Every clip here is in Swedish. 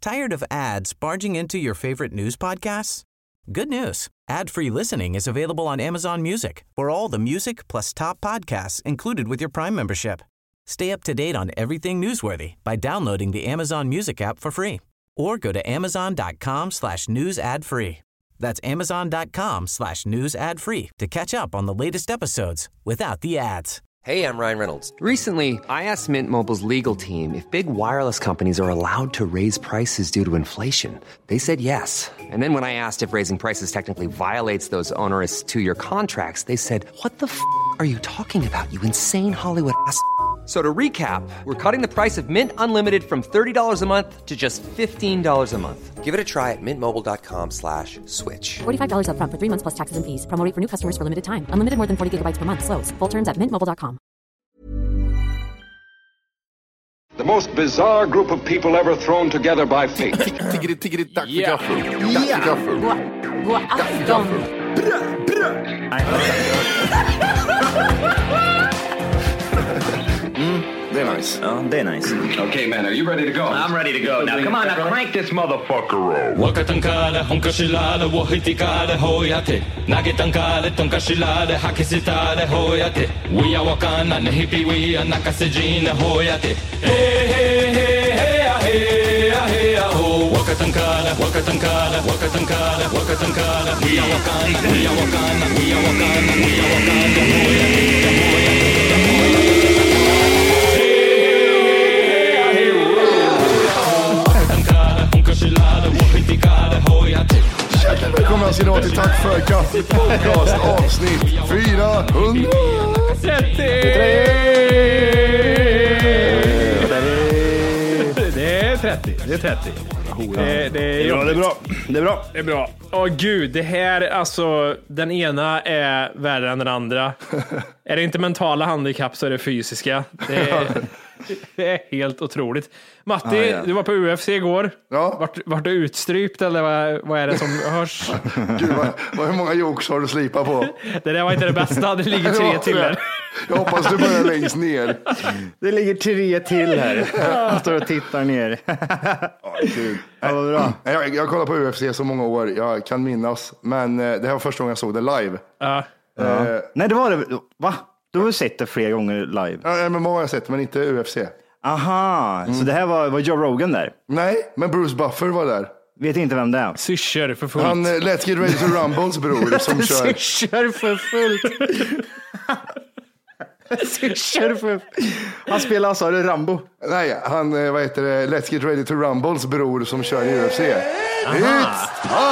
Tired of ads barging into your favorite news podcasts? Good news. Ad-free listening is available on Amazon Music for all the music plus top podcasts included with your Prime membership. Stay up to date on everything newsworthy by downloading the Amazon Music app for free or go to amazon.com/news ad free. That's amazon.com/news ad free to catch up on the latest episodes without the ads. Hey, I'm Ryan Reynolds. Recently, I asked Mint Mobile's legal team if big wireless companies are allowed to raise prices due to inflation. They said yes. And then when I asked if raising prices technically violates those onerous two-year contracts, they said, "What the f*** are you talking about, you insane Hollywood ass?" So to recap, we're cutting the price of Mint Unlimited from $30 a month to just $15 a month. Give it a try at mintmobile.com/switch. $45 up front for 3 months plus taxes and fees. Promo rate for new customers for limited time. Unlimited more than 40 gigabytes per month. Slows full terms at mintmobile.com. The most bizarre group of people ever thrown together by fate. Tiggeri, dack för gaffel. Dack för gaffel. God afton. Det är nice. Ja, det är nice. Okay, man, are you ready to go? I'm ready to go. Now, come on, now crank this motherfucker up. Wakatankara, honkashilada, wahitikada, hoyate. Nagetankara, tonkashilada, hakisitada, hoyate. We are wakana, nehipi, we are nakasejina, hoyate. Hey, hey, hey, hey, hey, hey, ho. Wakatankara, wakatankara, wakatankara, wakatankara. We are wakana, we are wakana, we are wakana, we are wakana, Välkomna ska ni till Tack för kaffet podcast avsnitt 430. Det är 30. Det är 30. Det är bra. Åh gud, det här, alltså, den ena är värre än den andra. Är det inte mentala handikapp så är det fysiska. Det är helt otroligt. Matti, du var på UFC igår. Ja. Vart du utstrypt eller vad är det som hörs? Gud, hur många jokes har du slipat på? Det där var inte det bästa, det ligger 3 till här. Jag hoppas du börjar längst ner. Det ligger 3 till här. Jag står och tittar ner. Gud. Ja, vad bra. Jag har kollat på UFC så många år, jag kan minnas. Men det här var första gången jag såg det live. Ja. Nej, det var det. Va? Du har sett det flera gånger live. Ja, men många har jag sett, men inte UFC. Aha, så det här var Joe Rogan där? Nej, men Bruce Buffer var där. Vet inte vem det är. Syscher för fullt. Han Let's Get Ready to Rumbles bror som kör. Syscher för fullt. Syscher för... Han spelar alltså, det Rambo. Nej, han, vad heter det, Let's Get Ready to Rumbles bror som kör i UFC. It's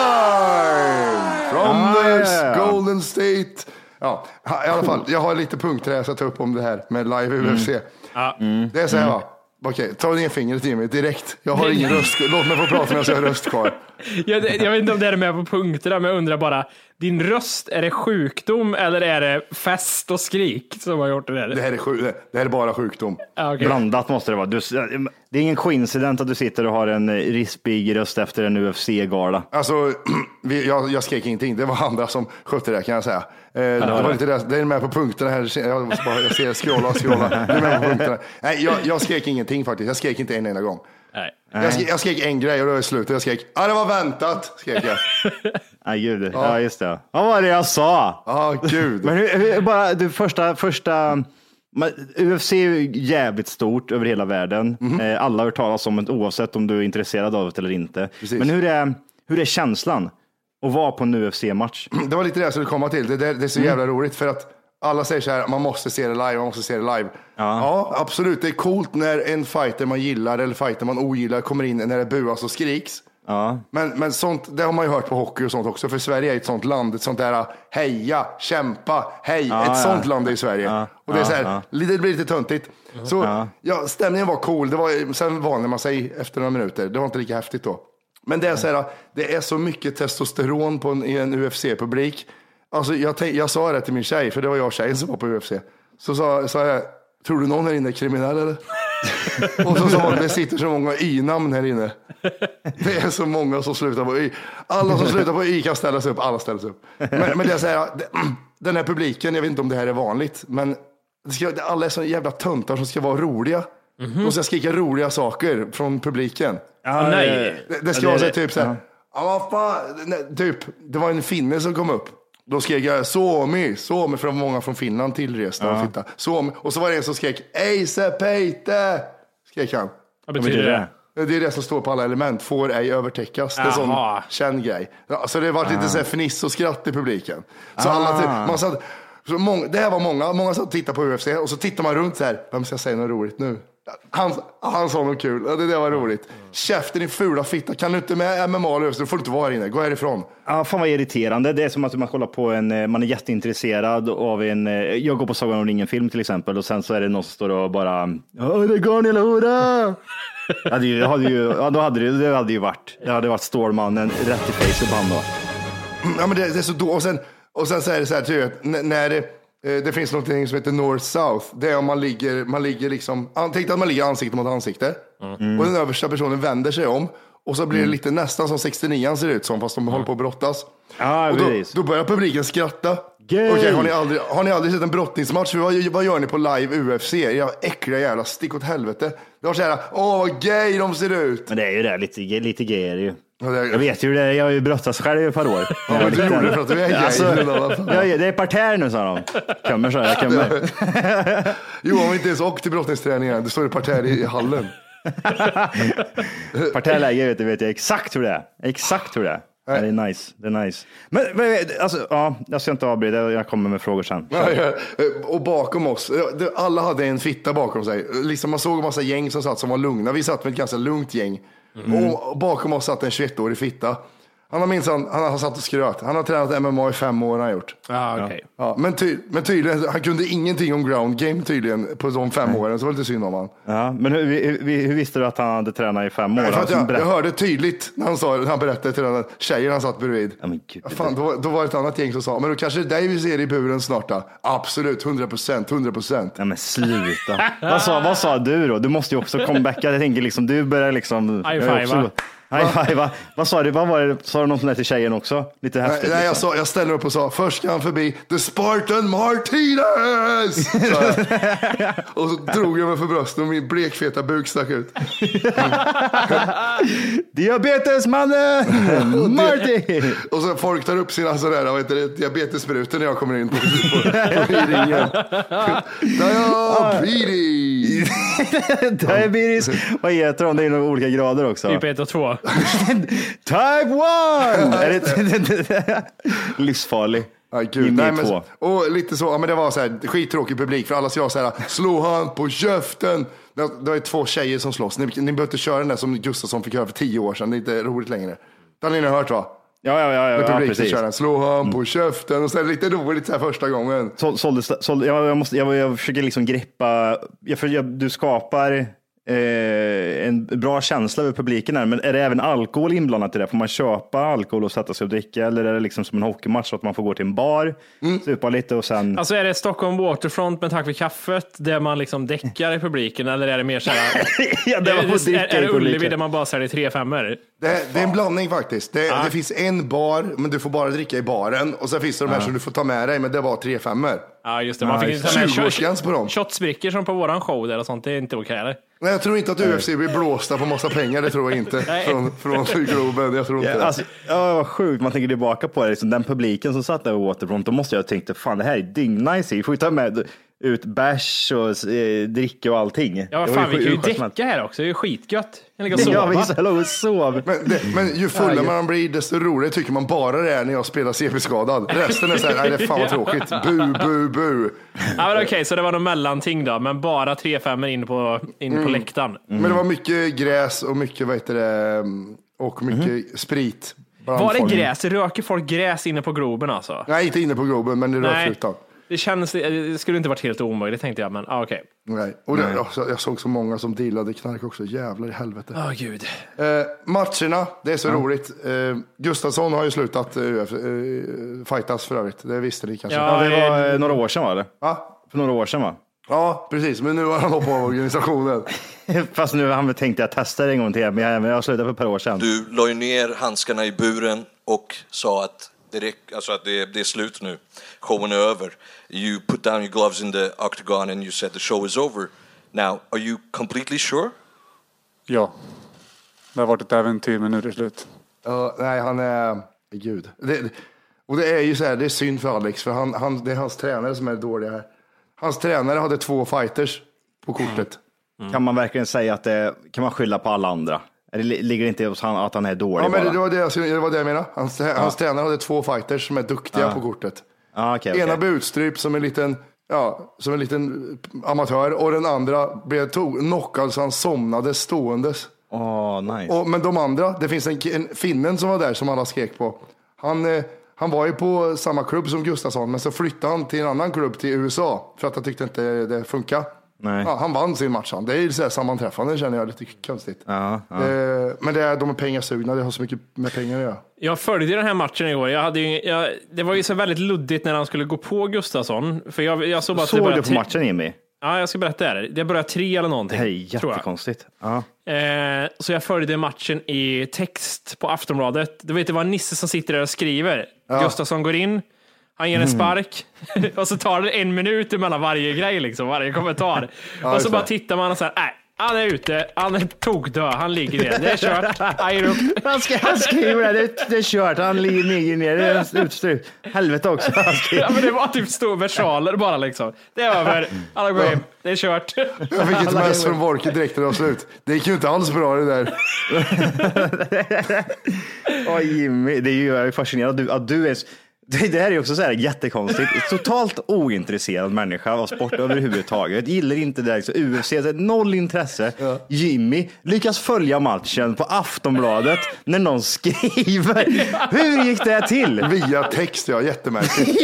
time from the Golden State. Ja, i alla fall, jag har lite punkter här jag ska ta upp om det här med live i UFC. Det är så här, va? Okej, ta ner fingret i mig direkt. Jag har ingen röst. Låt mig få prata medan jag har röst kvar. Jag vet inte om det är med på punkterna, men jag undrar bara, din röst, är det sjukdom eller är det fest och skrik som har gjort det där? Det här är bara sjukdom. Okay. Blandat måste det vara. Det är ingen coincident att du sitter och har en rispig röst efter en UFC-gala. Alltså, jag skrek ingenting. Det var andra som skötte det, kan jag säga. Det var lite det är med på punkterna här. Jag ser scrolla. Det är med på punkterna. Nej, jag skrek ingenting faktiskt. Jag skrek inte en enda gång. Nej. Jag skrek en grej och då är det slut. Jag skrek, det var väntat, skrek jag. Nej, gud. Ja, just det. Vad var det jag sa? Ja, gud. Men hur bara, du första UFC är ju jävligt stort över hela världen. Alla har hört talas om det, oavsett om du är intresserad av det eller inte. Precis. Men hur är känslan att vara på en UFC-match? Det var lite det jag skulle komma till. Det är så jävla roligt för att alla säger så här, man måste se det live. Ja, absolut. Det är coolt när en fighter man gillar eller fighter man ogillar kommer in när det buas och skriks. Ja. Men sånt, det har man ju hört på hockey och sånt också. För Sverige är ett sånt land, ett sånt där heja, kämpa, hej. Sånt land är i Sverige. Och det är så här, det blir lite töntigt. Så stämningen var cool. Sen vande man sig efter några minuter. Det var inte lika häftigt då. Men det är så här, det är så mycket testosteron i en UFC-publik. Alltså jag sa det till min tjej, för det var jag och tjejen som var på UFC. Så sa jag, tror du någon här inne är kriminell eller? Och så sa hon, det sitter så många y-namn här inne. Det är så många som slutar på y. Alla som slutar på y kan ställa sig upp, alla ställer sig upp. Men det är så här, den här publiken, jag vet inte om det här är vanligt, men alla är så jävla töntar som ska vara roliga. De ska skrika roliga saker från publiken. Nej. Det ska vara så typ så här. Ja, vad fan, typ, det var en finne som kom upp. Då skrek jag Suomi, för det var många från Finland tillresta och titta. Suomi. Och så var det en som skrek Eise Peite, skrek han. Vad betyder det? Det är det som står på alla element, får ej övertäckas. Det är en sån känd grej. Ja, så det var lite så här fniss och skratt i publiken. Så man satt, det här var många som tittade på UFC och så tittar man runt så här, vem ska säga något roligt nu? Han sa något kul, det var roligt. Käften, din fula fitta, kan du inte med MMA eller UFC, du får inte vara här inne, gå härifrån. Ja, fan vad irriterande. Det är som att man kollar på man är jätteintresserad av jag går på Sagan om ringen-film till exempel och sen så är det någon som står och bara det går ni hora. Det hade ju varit Stålmannen rätt i face på han då. Ja, men det är så då och sen så är det så här typ, när det finns något som heter North-South. Det är om man ligger liksom, tänk att man ligger ansikte mot ansikte och den översta personen vänder sig om och så blir det lite nästan som 69an ser ut som, fast de håller på att brottas. Och då börjar publiken skratta. Okej, har ni aldrig sett en brottningsmatch? Vad gör ni på live UFC? Jag äckliga jävla stick åt helvete. Det var så här, vad gay de ser ut. Men det är ju det, lite gay är det ju. Jag vet ju hur det är, jag har ju brottats själv i ett par år. Ja, du gjorde det för att du är gay. Alltså, det är parterr nu, sa de. Jag kommer. Johan var inte ens åkt till brottningsträningen. Det står i parterr i hallen. Parterrläge vet jag exakt hur det är. Det är nice. Men alltså, jag ska inte avbryta, jag kommer med frågor sen. Och bakom oss, alla hade en fitta bakom sig. Liksom man såg en massa gäng som satt som var lugna. Vi satt med ett ganska lugnt gäng. Och bakom oss satt en 21-årig fitta. Han har satt och skröt. Han har tränat MMA i 5 år, han har gjort. Okay. Ja, men tydligen, han kunde ingenting om ground game tydligen på de 5 åren, så var det lite synd om han. Ja, men hur visste du att han hade tränat i 5 år? Jag hörde tydligt när han berättade till den tjejen han satt bredvid. Ja, men Gud, då var det ett annat gäng som sa, men då kanske det är dig vi ser i buren snart då. Absolut, 100%. Ja, men sluta. vad sa du då? Du måste ju också comebacka. Jag tänker liksom, du börjar liksom... Vad sa du? Sa du något sånt där till tjejen också? Lite häftigt. Nej, liksom. Jag ställer upp och sa, först ska han förbi The Spartan Martinez! Och så drog jag mig för bröstet och min blekfeta buk stack ut. Diabetesmannen! Martin! Och så folk tar upp sina sådär, diabetessprutor när jag kommer in på ringen. Diabetes. Vad heter de? Det är några olika grader också. Typ 1 och 2. Type 1! Livsfarlig. Och lite så, men det var så här skittråkig publik för alla ska så här, slå han på käften. Det var 2 tjejer som slåss. Ni behöver inte köra den där som Gustafsson fick göra för 10 år sedan. Det är inte roligt längre. Det har ni hört, va? Ja, precis. Slå han på käften och så är det lite roligt så här första gången. Jag försöker liksom greppa. Du skapar en bra känsla över publiken här, men är det även alkohol inblandat i det? Får man köpa alkohol och sätta sig och dricka, eller är det liksom som en hockeymatch så att man får gå till en bar, supa lite och sen... Alltså är det Stockholm Waterfront med tack för kaffet där man liksom däckar i publiken, eller är det mer så här... är det Ullevi där man bara säljer 3-5-er? Det är en blandning faktiskt. Det finns en bar, men du får bara dricka i baren, och sen finns det de här som du får ta med dig, men det var 3-5-er. Ja, just det. Man fick inte ta med 20-årsgräns på dem. Shotsbrickor som på våran show där och sånt, det är inte okej, eller? Nej, jag tror inte att UFC blir blåsta på massa pengar, det tror jag inte. från Globen, jag tror inte det. Alltså, vad sjukt, man tänker tillbaka på det. Liksom, den publiken som satt där i Waterfront, då måste jag ha tänkt, fan det här är dyngnice. Vi får ju ta med ut bärs och dricka och allting. Ja, fan, vi kan ju däcka här också, det är ju skitgött. Men ju fullare man blir, desto roligare tycker man bara det är när jag spelar CP-skadad. Resten är så här, nej det är fan vad tråkigt. Bu. Ja, men okej, så det var någon mellanting då, men bara 3-5 inne på läktaren. Men det var mycket gräs och mycket, och mycket sprit. Var det gräs? Röker folk gräs inne på Globen alltså? Nej, inte inne på Globen, men det röks utan. Det skulle inte varit helt omöjligt, tänkte jag, men okej. Nej, och jag såg så många som dealade knark också, jävlar i helvete. Gud. Matcherna, det är så roligt. Gustafsson har ju slutat fightas för övrigt, det visste ni kanske. Ja, det var några år sedan, va? Eller? För några år sedan, va? Ja, precis, men nu har han hoppat av organisationen. Fast nu har han tänkt att testa det en gång till, men jag har slutat för ett par år sedan. Du la ju ner handskarna i buren och sa att det är slut nu. Showen är över. You put down your gloves in the octagon and you said the show is over. Now, are you completely sure? Ja. Det har varit ett äventyr, men nu är det slut. Nej, han är... Gud. Och det är ju så här, det är synd för Alex, för det är hans tränare som är dåliga här. Hans tränare hade 2 fighters på kortet. Kan man verkligen säga att kan man skylla på alla andra? Eller ligger det inte hos han att han är dålig? Ja, men det var det jag menade. Hans tränare hade 2 fighters som är duktiga på kortet. Ena blev utstrypt som en liten amatör, och den andra blev knockad så han somnade ståendes. Nice. Men de andra, det finns en finnen som var där som alla skrek på. Han var ju på samma klubb som Gustafsson, men så flyttade han till en annan klubb till USA för att han tyckte inte det funkar. Nej. Ja, han vann sin match. Det är ju så här sammanträffande, känner jag, lite konstigt. Men de är pengasugna, det har så mycket med pengar att göra. Jag följde den här matchen igår. Det var ju så väldigt luddigt när han skulle gå på Gustafsson. För jag såg bara såg du på matchen, Jimmy? Ja, jag ska berätta det. Det började 3 eller någonting. Det är jättekonstigt. Så jag följde matchen i text på Aftonbladet. Du vet, det var Nisse som sitter där och skriver. Gustafsson går in, han ger en spark och så tar det 1 minut mellan varje grej, liksom, varje kommentar. Och så bara tittar man och säger, han är ute, han är tokdöd, han ligger ner, det är kört. Han skriver det är kört, han ligger ner, det är utstrykt. Helvete också. Ja, men det var typ stor versaler bara, liksom. Det är över, alla går hem, det är kört. Jag fick ett mess från Vorke direkt när det var slut. Det gick ju inte alls bra det där. Jimmy, det är ju fascinerande att du är... Det här är också så här jättekonstigt. Totalt ointresserad människa av sport överhuvudtaget. Gillar inte det, liksom, UFC, noll intresse. Jimmy lyckas följa matchen på Aftonbladet när någon skriver. Hur gick det till? Via text, jättemärkligt.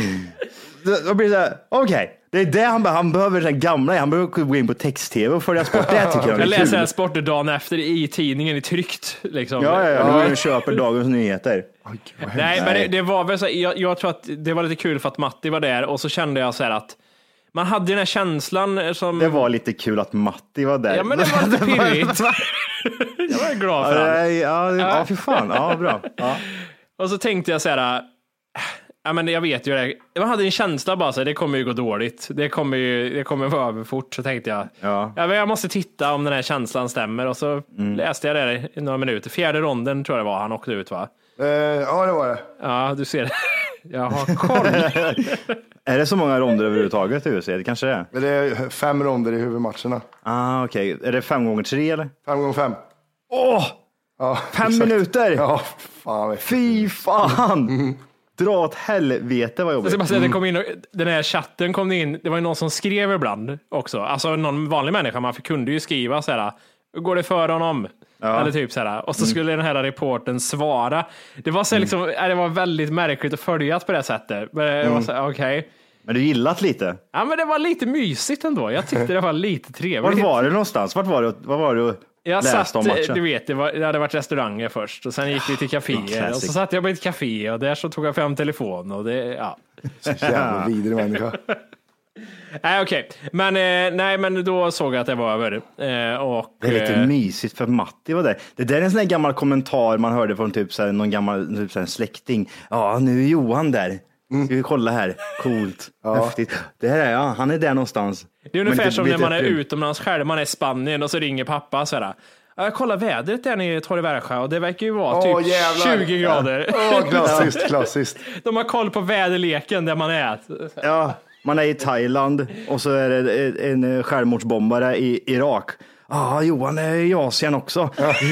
Då blir det så här, okej. Det är det han behöver, den gamla, han behöver gå in på text-tv och följa sport. Det tycker jag läser sport dagen efter i tidningen i tryckt. Liksom. Ja. Köper Dagens Nyheter. Nej, men det var väl så, jag tror att det var lite kul för att Matti var där, och så kände jag så här att man hade den här känslan som... Det var lite kul att Matti var där. Ja, men det var lite pirrigt. Jag var glad för det. Ja, för fan. Ja, bra. Ja. Och så tänkte jag så här... Ja, men jag vet ju det. Jag hade en känsla bara så här, det kommer ju gå dåligt. Det kommer vara över fort, så tänkte jag. Jag måste titta om den här känslan stämmer, och så läste jag det i några minuter. 4:e ronden tror jag det var, han åkte ut, va? Ja, det var det. Ja, du ser det. Jag har koll. Är det så många ronder överhuvudtaget i UFC? Det kanske är. Det är 5 ronder i huvudmatcherna. Okej. Är det 5x3 eller? 5x5. Ja, 5 minuter! Ja, fan. Fy fan! Dra åt helvete vad jobbigt. Det kom in, den här chatten kom in, det var ju någon som skrev ibland också. Alltså någon vanlig människa, man kunde ju skriva så här: går det för honom? Eller typ så här. Och så skulle den här reporten svara. Det var så liksom, det var väldigt märkligt att följa på det sättet. Men det var så här, okej. Men du gillat lite? Ja, men det var lite mysigt ändå. Jag tyckte det var lite trevligt. Var var du någonstans? Vad var du? Jag satt, du vet, det hade varit restauranger först, och sen gick vi till kaféer, och så satt jag på ett kafé, och där så tog jag fram telefon, och det, så jävla vidrig människa. Nej, okej. Men då såg jag att det var över. Och, det är lite mysigt för Matti var det. Det där är en sån här gammal kommentar man hörde från typ så här, någon gammal typ så här släkting. Ja, nu är Johan där. Ska vi kolla här? Coolt. Häftigt. Det här är, han är där någonstans. Det är ungefär som när man är utomlands själv. Man är i Spanien och så ringer pappa så här: jag kollar vädret där nere i Torrevieja, och det verkar ju vara typ 20 grader. Klassiskt. De har koll på väderleken där man är. Ja, man är i Thailand och så är det en självmordsbombare i Irak. Johan är i Asien också.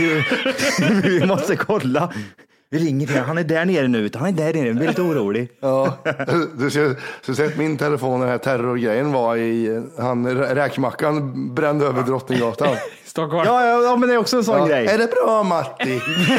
Vi måste kolla. Vi ringer till, han är där nere nu, han är där nere, jag blir lite orolig. Ja, du ser sett min telefon, den här terrorgrejen var i, räkmackan brände över Drottninggatan. Stockholm. Ja, men det är också en sån grej. Är det bra, Matti?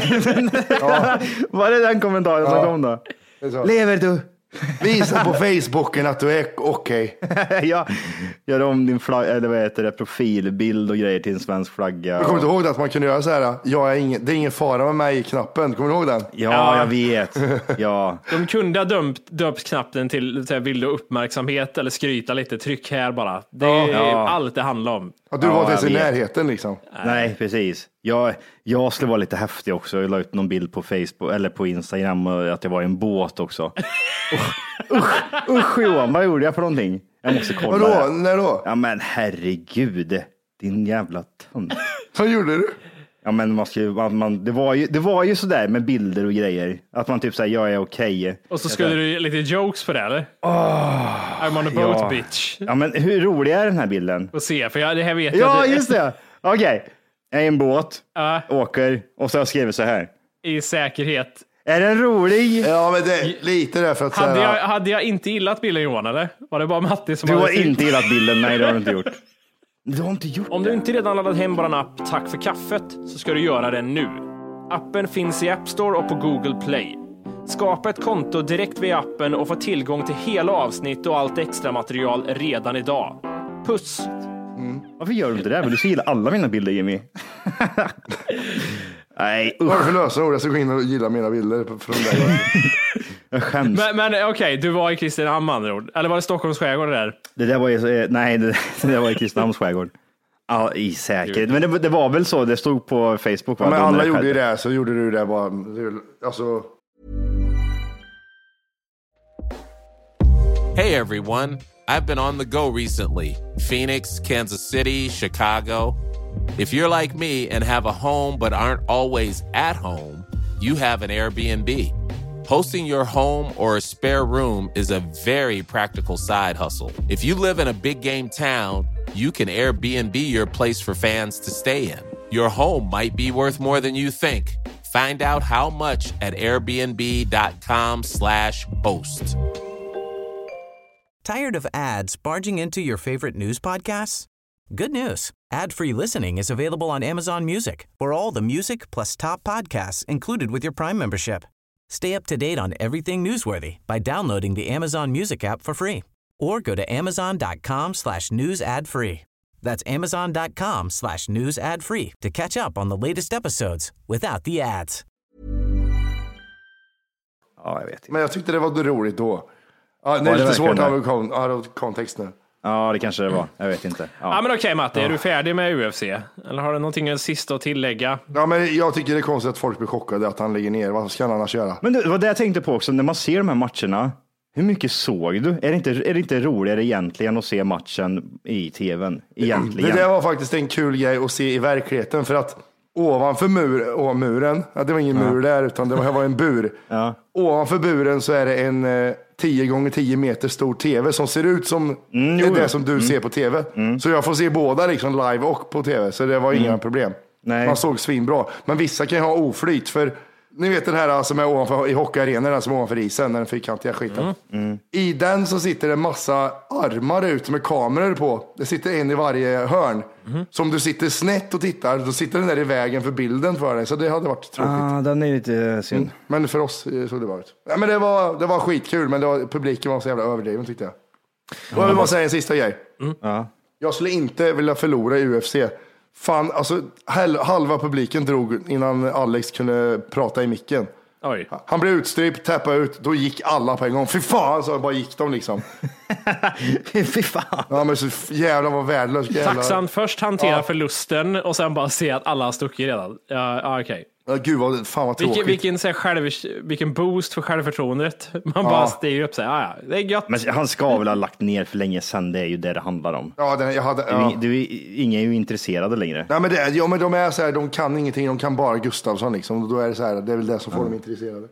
Var det den kommentaren som kom då? Lever du? Visa på Facebooken att du är okej. Ja, gör om din eller vad heter det, profilbild och grejer till en svensk flagga. Jag kommer inte ihåg att man kunde göra så här: det är ingen fara med mig i knappen. Kommer du ihåg den? Ja, jag vet. Ja. De kunde ha döpt knappen till vill uppmärksamhet eller skryta lite, tryck här bara. Det är allt det handlar om. Ja, du var inte i närheten liksom. Nej, precis. Jag skulle vara lite häftig också. Jag la ut någon bild på Facebook eller på Instagram att jag var i en båt också. Usch Johan, vad gjorde jag för någonting? Jag måste kolla. Vadå? När då? Ja men herregud, din jävla tönt. Vad gjorde du? Ja men det var ju sådär med bilder och grejer. Att man typ säger jag är okej. Och så skulle du lite jokes för det eller? I'm on a boat bitch. Ja men hur rolig är den här bilden? Och se, för det här vet jag. Ja just det. Okej. Jag är i en båt, åker och så har jag skrivit så här. I säkerhet. Är den rolig? Ja men det är lite därför att hade jag inte gillat bilden Johan eller? Var det bara Matti som du har inte gillat bilden? Nej det har du inte gjort. Du har inte gjort Om du inte redan laddat hem vår app Tack för kaffet så ska du göra det nu. Appen finns i App Store och på Google Play. Skapa ett konto direkt via appen och få tillgång till hela avsnitt och allt extra material redan idag. Puss! Varför gör du inte det? Vill du gilla alla mina bilder Jimmy? Nej, vad är det för lösenord? Jag ska gå in och gilla mina bilder från dig. Jag skäms. Men okej, du var i Kristinehamn med andra ord. Eller var det Stockholms skärgård där? Det där var ju, nej, det var i Kristinehamns skärgård. Ja, i säkerhet. Men det var väl så, det stod på Facebook. Ja, men alla gjorde ju det, så gjorde du det bara. Alltså... Hey everyone, I've been on the go recently. Phoenix, Kansas City, Chicago. If you're like me and have a home but aren't always at home, you have an Airbnb. Hosting your home or a spare room is a very practical side hustle. If you live in a big game town, you can Airbnb your place for fans to stay in. Your home might be worth more than you think. Find out how much at airbnb.com/host. Tired of ads barging into your favorite news podcasts? Good news. Ad-free listening is available on Amazon Music for all the music plus top podcasts included with your Prime membership. Stay up to date on everything newsworthy by downloading the Amazon Music app for free or go to amazon.com/news ad free. That's amazon.com/news ad free to catch up on the latest episodes without the ads. Ja, jag vet inte. Men jag tyckte det var roligt då. Ja, det är lite svårt att ha kontext nu. Ja, det kanske det var. Jag vet inte. Ja men okej Matte, är du färdig med UFC? Eller har du någonting sista att tillägga? Ja, men jag tycker det är konstigt att folk blir chockade att han ligger ner. Vad ska han annars göra? Men det var det jag tänkte på också, när man ser de här matcherna. Hur mycket såg du? Är det inte roligare egentligen att se matchen i tvn? Egentligen. Det var faktiskt en kul grej att se i verkligheten, för att ovanför muren, det var ingen mur där utan det var en bur. Ja. Ovanför buren så är det en 10x10 meter stor tv som ser ut som det som du ser på tv. Så jag får se båda liksom live och på tv, så det var inga problem. Nej. Man såg svinbra. Men vissa kan ju ha oflyt, för ni vet den här som är ovanför i hockeyarenan, den som är ovanför isen, den fyrkantiga skiten. I den så sitter det en massa armar ut med kameror på. Det sitter en i varje hörn. Så om du sitter snett och tittar, då sitter den där i vägen för bilden för dig. Så det hade varit tråkigt. Den är lite synd. Men för oss såg det bara ut. Ja, men det var skitkul, men publiken var så jävla överdriven tyckte jag. Och jag vill bara säga en sista grej. Jag skulle inte vilja förlora i UFC. Fan, alltså halva publiken drog innan Alex kunde prata i micken. Oj. Han blev utstrypt, tappade ut, då gick alla på en gång. Fy fan, så bara gick de liksom. Fy fan. Ja, men så jävla var värdelös. Tacksam först hantera förlusten och sen bara se att alla har stuckit redan. Ja, okej. Ja, gud, fan vad tråkigt. Vilken boost för självförtroendet. Man bara stiger upp sig. Ja, det är gött. Men han ska väl ha lagt ner för länge sedan, det är ju det handlar om. Ja, Ingen är ju intresserade längre. Nej, men de är så här, de kan ingenting, de kan bara Gustafsson liksom. Och då är det så här, det är väl det som får dem intresserade.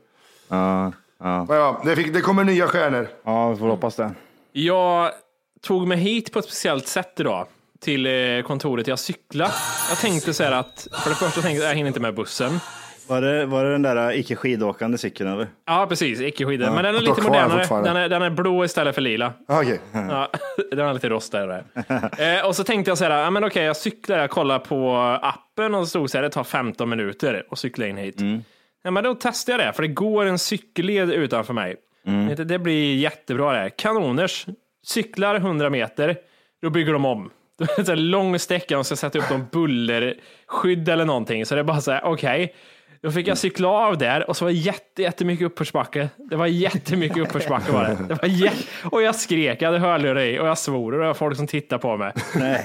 Ja, det kommer nya stjärnor. Ja, vi får hoppas det. Jag tog mig hit på ett speciellt sätt idag till kontoret. Jag cykla. Jag tänkte så här att för det första tänkte jag hinner inte med bussen. Var det den där icke skidåkande cykeln eller? Ja, precis, icke skidor. Men den är lite modernare. Den är blå istället för lila. Okej. Ja, den har lite rost där. Och så tänkte jag så här, men okej, jag cyklar, jag kollar på appen och så stod så här, det tar 15 minuter att cykla in hit. Ja, men då testar jag det, för det går en cykelled utanför mig. Det blir jättebra det. Kanoners. Cyklar 100 meter, då bygger de om. Det är en lång sträcka och ska sätta upp någon bullerskydd eller någonting. Så det är bara så här, okej. Då fick jag cykla av där och så var det jättemycket uppförsbacke. Det var jättemycket uppförsbacke var det. Och jag skrek, jag hade hörlurar i och jag svor och det var folk som tittade på mig. Nej.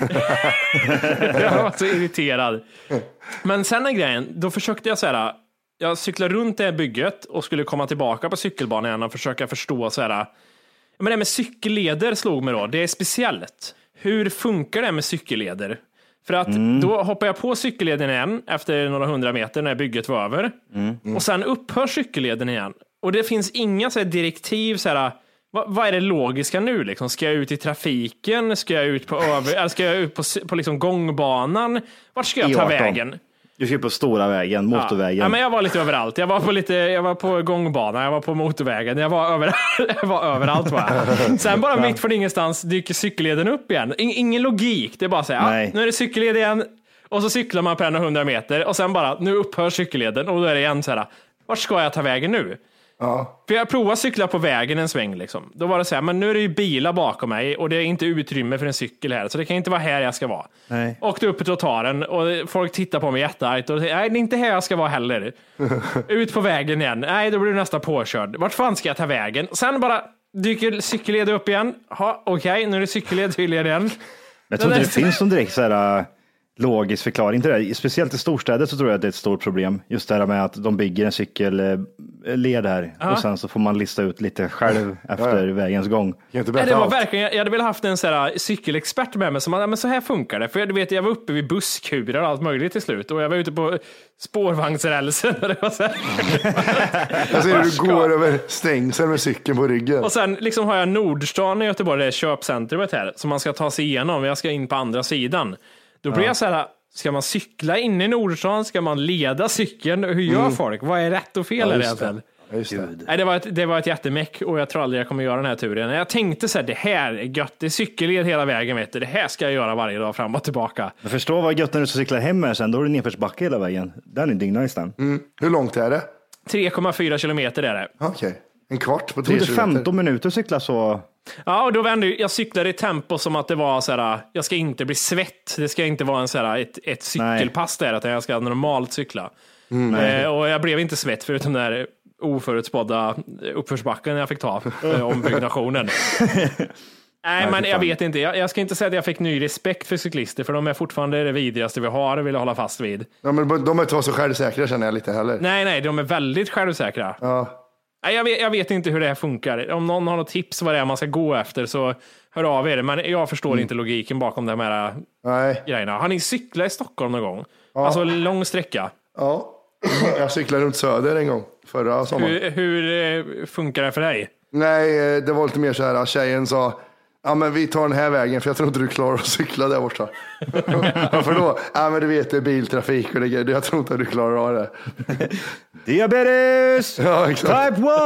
Jag var så irriterad. Men sen är grejen, då försökte jag så här, jag cyklade runt det här bygget och skulle komma tillbaka på cykelbanan igen och försöka förstå så här, Men det med cykelleder slog mig då. Det är speciellt. Hur funkar det med cykelleder? För att då hoppar jag på cykelleden igen efter några 100 meter när bygget var över. Och sen upphör cykelleden igen. Och det finns inga så här direktiv så här, vad är det logiska nu liksom? Ska jag ut i trafiken? Ska jag ut på eller ska jag ut på liksom gångbanan? Vart ska jag ta vägen? Du ska på stora vägen, motorvägen. Ja, men jag var lite överallt. Jag var på gångbanan, jag var på motorvägen. Jag var överallt var jag. Sen bara mitt från ingenstans dyker cykelleden upp igen. Ingen logik. Det är bara så här, nu är det cykelled igen. Och så cyklar man på 100 meter. Och sen bara, nu upphör cykelleden. Och då är det igen så här, vart ska jag ta vägen nu? Ja. För jag provade cykla på vägen en sväng liksom. Då var det så här, men nu är det ju bilar bakom mig och det är inte utrymme för en cykel här, så det kan inte vara här jag ska vara. Nej. Åkte upp på trottoaren och folk tittar på mig jätteargt och säger, nej, det är inte här jag ska vara heller. Ut på vägen igen. Nej, då blir du nästan påkörd. Vart fan ska jag ta vägen? Sen bara dyker cykelled upp igen. Okej, nu är det cykelled tydligen igen. Jag tror inte det finns någon direkt så här logisk förklaring till det. Speciellt i storstäder så tror jag att det är ett stort problem. Just det här med att de bygger en cykelled här och sen så får man lista ut lite själv efter vägens gång. Det var verkligen, jag hade väl haft en så här cykelexpert med mig som men så här funkar det. För jag var uppe vid busskurar och allt möjligt till slut och jag var ute på spårvagnsrälsen och det var så här. Jag ser hur du går över stängsel med cykeln på ryggen. Och sen liksom har jag Nordstan i Göteborg, det är köpcentrumet här som man ska ta sig igenom. Jag ska in på andra sidan. Då blir jag så här, ska man cykla in i Nordstan? Ska man leda cykeln? Hur gör folk? Vad är rätt och fel egentligen? Nej, det var ett jättemäck och jag tror aldrig jag kommer göra den här turen. Jag tänkte så här, det här är gött. Det är cykelled hela vägen, vet du. Det här ska jag göra varje dag fram och tillbaka. Jag förstår vad gött när du ska cykla hem här sen. Då är det nedförsbacke hela vägen. Den är dignice den. Hur långt är det? 3,4 kilometer är det. Okej. En kvart på 3 kilometer. Det 15 minuter att cykla så. Ja, och då vände jag cyklade i tempo som att det var så här, jag ska inte bli svett. Det ska inte vara en så här, ett cykelpass där, utan jag ska normalt cykla. Och jag blev inte svett förutom den där oförutspådda uppförsbacken jag fick ta om byggnationen. Nej, men jag vet inte. Jag ska inte säga att jag fick ny respekt för cyklister, för de är fortfarande det vidrigaste vi har och vill hålla fast vid. Ja, men de är inte så självsäkra, känner jag lite heller. Nej, de är väldigt självsäkra. Ja. Jag vet inte hur det här funkar. Om någon har något tips vad det är man ska gå efter så hör av er. Men jag förstår inte logiken bakom de här grejerna. Har ni cyklat i Stockholm någon gång? Ja. Alltså lång sträcka? Ja, jag cyklade runt Söder en gång förra sommaren. Hur funkar det för dig? Nej, det var lite mer så här. Tjejen sa, ja men vi tar den här vägen för jag tror inte du klarar att cykla där borta. Varför då? Ja men du vet, det är biltrafik och det, jag tror inte du klarar av det. Diabetes! Ja, exakt. Type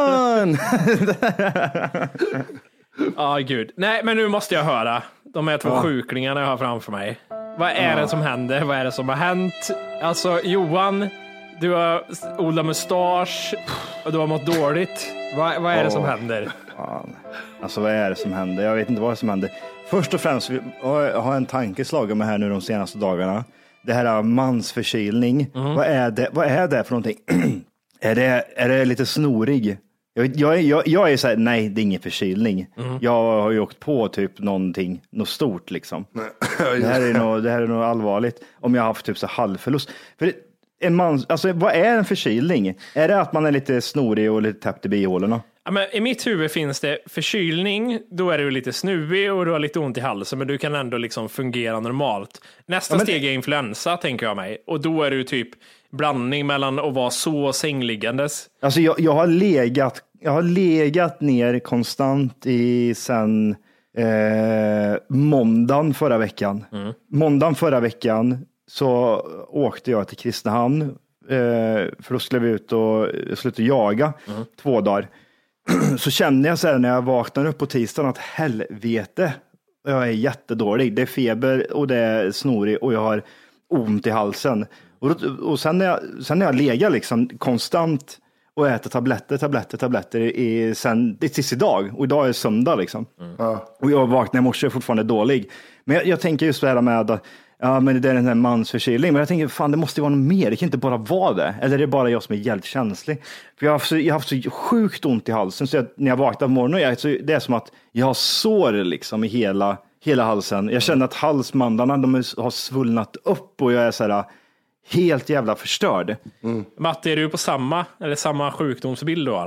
1! Gud. Nej, men nu måste jag höra. De här två sjuklingarna jag har framför mig. Vad är det som händer? Vad är det som har hänt? Alltså, Johan, du har odlat mustasch och du har mått dåligt. Vad är det som händer? Alltså, vad är det som händer? Jag vet inte vad som händer. Först och främst jag har en tanke slagit mig här nu de senaste dagarna. Det här mansförkylning. Vad är det för någonting? Är det lite snorig? Jag är så här, nej, det är ingen förkylning. Jag har ju åkt på typ något stort liksom. Det här är nog allvarligt. Om jag har haft typ så halvförlust. För alltså, vad är en förkylning? Är det att man är lite snorig och lite täppt i bihålorna? Ja, men i mitt huvud finns det förkylning, då är du lite snuvig och du har lite ont i halsen, men du kan ändå liksom fungera normalt. Nästa steg är influensa, tänker jag mig. Och då är du typ blandning mellan att vara så sängliggandes. Alltså jag har legat ner konstant sen måndagen förra veckan. Måndagen förra veckan så åkte jag till Kristinehamn för då skulle vi ut och sluta jaga 2 dagar. Så kände jag så här när jag vaknade upp på tisdagen att helvete, jag är jättedålig. Det är feber och det är snorig och jag har ont i halsen. Och sen när jag legat liksom konstant och äter tabletter sen tills idag. Och idag är söndag liksom. Och jag vaknade i morse är fortfarande dålig. Men jag tänker just det här med men det är den här mansförkylning. Men jag tänker, fan det måste ju vara något mer. Det kan inte bara vara det. Eller är det bara jag som är jävligt känslig? För jag har haft så sjukt ont i halsen. Så när jag vaknar på morgonen, det är som att jag har sår liksom i hela halsen. Jag känner att halsmandlarna, de har svullnat upp. Och jag är så här helt jävla förstörd. Matte, är du på samma sjukdomsbild då, eller?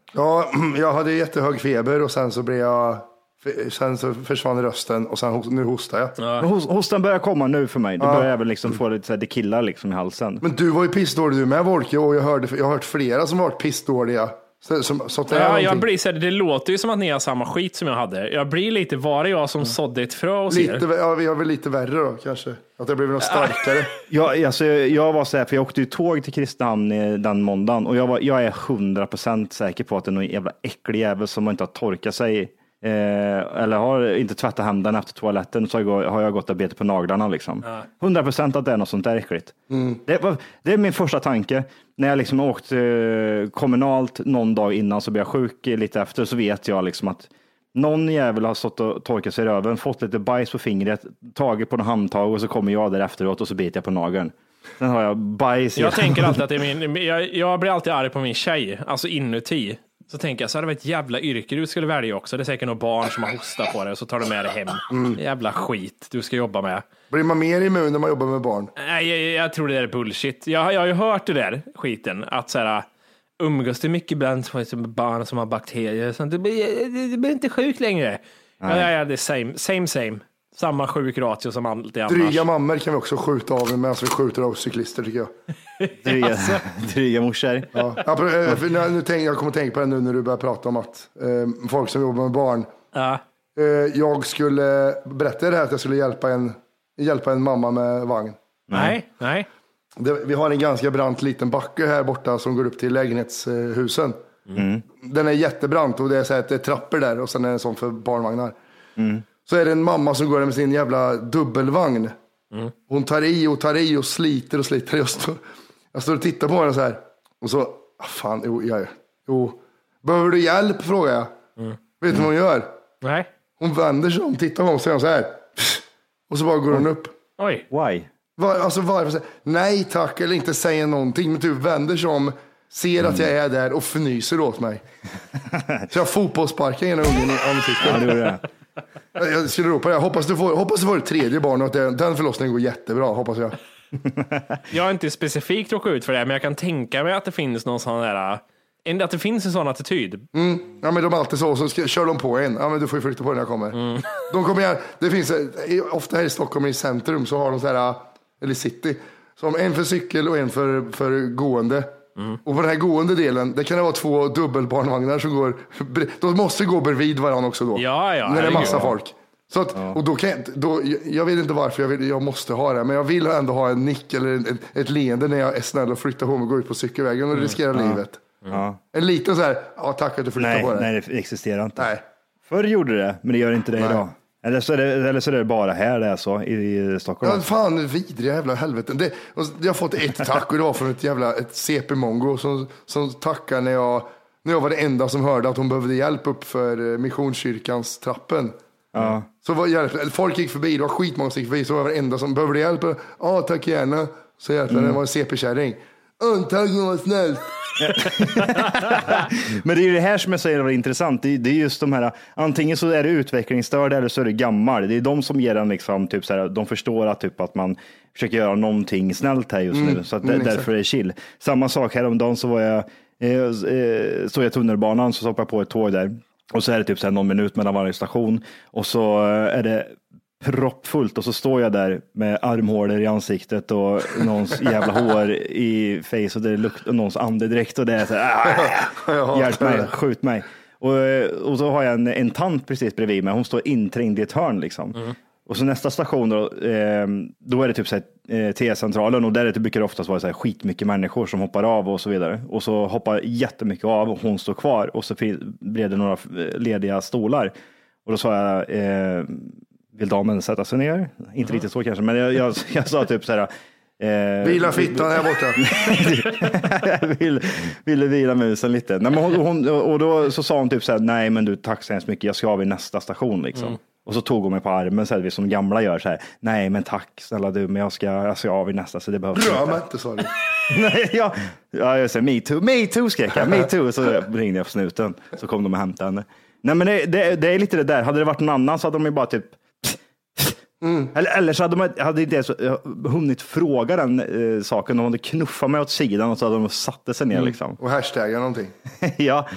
Ja, jag hade jättehög feber och sen så så försvann rösten och sen nu hostar jag. Ja. Hostan börjar komma nu för mig. Det börjar även liksom få lite så här, det killar liksom i halsen. Men du var ju pissdålig du med, Volke, och jag har hört flera som varit pissdåliga. Jag blir så här, det låter ju som att ni har samma skit som jag hade. Jag blir lite, var det jag som sådde ett frö och ja, vi har väl lite värre då kanske. Att det blev något starkare. Jag var så här, för jag åkte ju tåg till Kristinehamn den måndagen och jag är 100% säker på att det är någon jävla äcklig jävel som inte har torkat sig eller har inte tvättat händerna efter toaletten, så har jag gått och betat på naglarna liksom. 100% att det är något sånt där äckligt. Det är min första tanke. När jag liksom åkt kommunalt någon dag innan så blir jag sjuk lite efter, så vet jag liksom att någon jävel har stått och torkat sig i röven, fått lite bajs på fingret, tagit på en handtag och så kommer jag där efteråt och så biter jag på nageln. Sen har jag bajs. Jag tänker alltid att det är jag blir alltid arg på min tjej, alltså inuti. Så tänker jag, så hade det varit ett jävla yrke du skulle välja också. Det är säkert några barn som har hostat på det och så tar du med det hem. Jävla skit du ska jobba med. Blir man mer immun när man jobbar med barn? Nej, jag tror det är bullshit. Jag har ju hört det där skiten. Att så här, umgås det mycket bland barn som har bakterier. Så det blir inte sjuk längre. Ja, det är same. Samma sjuk ratio som alltid annars. Dryga mammor kan vi också skjuta av medan vi skjuter av cyklister tycker jag. Dryga morsor. Ja. Jag kommer att tänka på det nu när du börjar prata om att folk som jobbar med barn. Ja. Jag skulle berätta det här att jag skulle hjälpa en mamma med vagn. Nej. Vi har en ganska brant liten backe här borta som går upp till lägenhetshusen. Den är jättebrant och det är så här att det är trappor där och sen är det sånt för barnvagnar. Så är det en mamma som går där med sin jävla dubbelvagn. Hon tar i och sliter. Jag står och tittar på henne så här. Och så, behöver du hjälp, frågar jag. Vet du vad hon gör? Nej. Hon vänder sig om, tittar på mig och säger så här. Och så bara går hon upp. Oj. Why? Varför? Nej tack, eller inte säger någonting. Men typ vänder sig om, ser att jag är där och fnyser åt mig. Så jag fotbollsparkar ena ungen i ansiktet. Ja, det var det. Jag skulle ropa det. Hoppas du får ett tredje barn och att den förlossningen går jättebra, hoppas jag. Jag har inte specifikt råkat ut för det, men jag kan tänka mig att det finns någon sån där, att det finns en sån attityd. Ja, men de är alltid så kör de på en. Ja, men du får ju flytta på när jag kommer. De kommer här, det finns ofta här i Stockholm i centrum så har de så här, eller city, som en för cykel och en för gående. Och på den här gående delen, det kan det vara 2 dubbelbarnvagnar som går, de måste gå bredvid varandra också då. Ja, när det är massa folk. Så att, och då kan jag vet inte varför jag måste ha det, men jag vill ändå ha en nick eller ett leende när jag är snäll och flyttar på mig och går ut på cykelvägen och riskerar livet. En liten så här, tack att du flyttar på det. Nej, det existerar inte. Nej. Förr gjorde det, men det gör inte det idag. Eller så är det bara här det är så i Stockholm. Ja, fan, vidriga jävla helveten. Jag har fått ett tack och det var från ett CP-mongo som tackar när jag var det enda som hörde att hon behövde hjälp upp för Missionskyrkans trappen. Ja. Så folk gick förbi, det var skitmånga som gick förbi, så var det enda som behövde hjälp. Ja, tack gärna. Så hjälpte det var en CP-kärring. Tack, var snällt. Men det är ju det här som jag säger var intressant. Det är just de här, antingen så är det utvecklingsstörd eller så är det gammal. Det är de som ger en liksom, typ så här, de förstår att, typ, att man försöker göra någonting snällt här just nu. Så att därför är det chill. Samma sak häromdagen så var jag stod jag i tunnelbanan, så hoppade jag på ett tåg där. Och så är det typ så här någon minut mellan varje station. Och så är det proppfullt och så står jag där med armhålor i ansiktet och någons jävla hår i face och det luktar någons andedräkt och det är så här, hjälp mig, skjut mig. Och så har jag en tant precis bredvid mig, hon står inträngd i ett hörn liksom. Och så nästa station då är det typ så här T-centralen och där är det brukar det oftast vara så här skitmycket människor som hoppar av och så vidare. Och så hoppar jättemycket av och hon står kvar och så blir det några lediga stolar. Och då sa jag vill damen sätta sig ner? Inte riktigt så kanske, men jag sa typ så här vila fittan här borta. Jag ville vila musen lite. Nej, men och då så sa hon typ så här, nej men du, tack så hemskt mycket, jag ska vid nästa station liksom. Och så tog hon mig på armen så här, som gamla gör så här, nej men tack snälla du, men jag ska av i nästa så det behövs. Bra men inte, sa du. Nej, jag sa me too skrek jag, me too, så ringde jag på snuten, så kom de och hämtade henne. Nej men det är lite det där, hade det varit någon annan så hade de ju bara typ Eller så hade inte ens hunnit fråga den saken. De hade knuffat mig åt sidan och så hade de satt sig ner liksom. Och hashtagga någonting. Ja,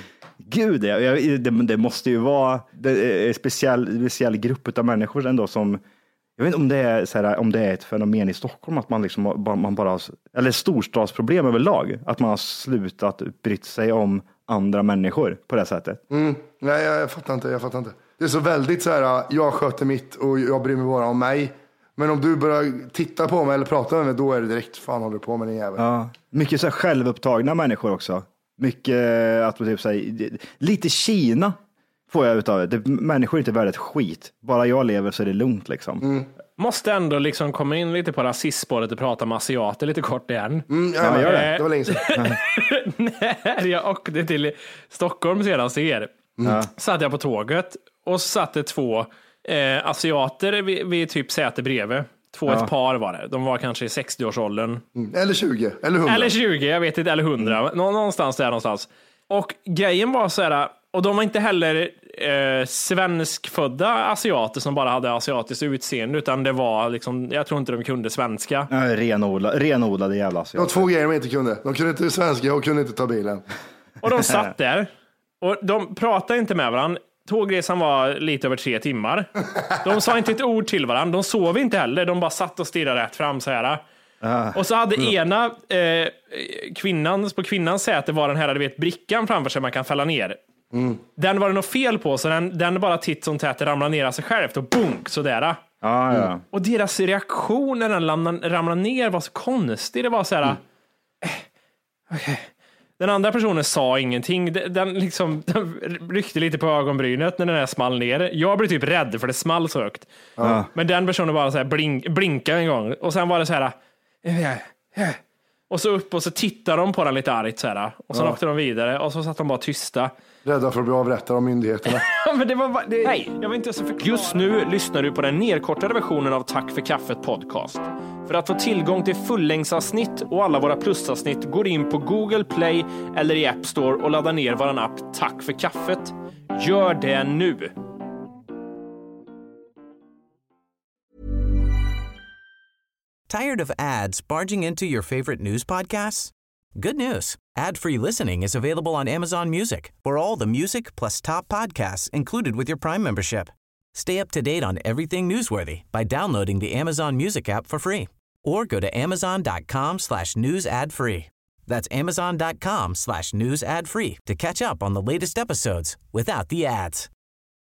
Gud, det måste ju vara en speciell grupp av människor ändå som, jag vet inte om det är så här, om det är ett fenomen i Stockholm att man liksom man bara, eller storstadsproblem överlag, att man har slutat bryta sig om andra människor på det sättet. Nej, jag fattar inte. Det är så väldigt så här, jag sköter mitt och jag bryr mig bara om mig. Men om du börjar titta på mig eller prata med mig, då är det direkt, fan håller du på med din jävel. Ja, mycket så här självupptagna människor också. Mycket att typ säga, lite Kina får jag utav det. Människor är inte värda ett skit. Bara jag lever så är det lugnt liksom. Måste ändå liksom komma in lite på rasistspåret och prata med asiater lite kort igen. Ja, gör det. Det var länge sedan. När jag åkte till Stockholm sedan satt jag på tåget och så satt det 2 asiater vid typ säte bredvid. Ett par var det. De var kanske i 60-årsåldern. Eller 20, eller 100. Eller 20, jag vet inte, eller 100. Någonstans där någonstans. Och grejen var så här, och de var inte heller svenskfödda asiater som bara hade asiatiskt utseende, utan det var liksom, jag tror inte de kunde svenska. Renodlade jävla asiater. Det var 2 grejer de inte kunde. De kunde inte svenska och kunde inte ta bilen. Och de satt där och de pratade inte med varandra. Tågresan var lite över 3 timmar. De sa inte ett ord till varandra. De sov inte heller. De bara satt och stirrade rätt fram så här. Och så hade ena på kvinnans säte var den här, du vet, brickan framför sig man kan fälla ner. Den var det något fel på, så den bara titt som tätt ramlade ner av sig själv och bunk sådär. Och deras reaktion när den ramlade ner var så konstig. Det var så här. Okay. Den andra personen sa ingenting. Den ryckte lite på ögonbrynet när den här small ner. Jag blev typ rädd för det small så högt. Men den personen bara så här blinkade en gång. Och sen var det så här. Och så upp och så tittade de på den lite argt så här. Och så åkte de vidare och så satt de bara tysta. Rädda för att bli avrättade av myndigheterna. Men det var nej, jag vill inte så förklara. Just nu lyssnar du på den nedkortade versionen av Tack för kaffet podcast. För att få tillgång till fullängdsavsnitt och alla våra plusavsnitt går in på Google Play eller i App Store och laddar ner våran app Tack för kaffet. Gör det nu. Tired of ads barging into your favorite news podcasts? Good news. Ad-free listening is available on Amazon Music for all the music plus top podcasts included with your Prime membership. Stay up to date on everything newsworthy by downloading the Amazon Music app for free or go to amazon.com/news ad free. That's amazon.com/news ad free to catch up on the latest episodes without the ads.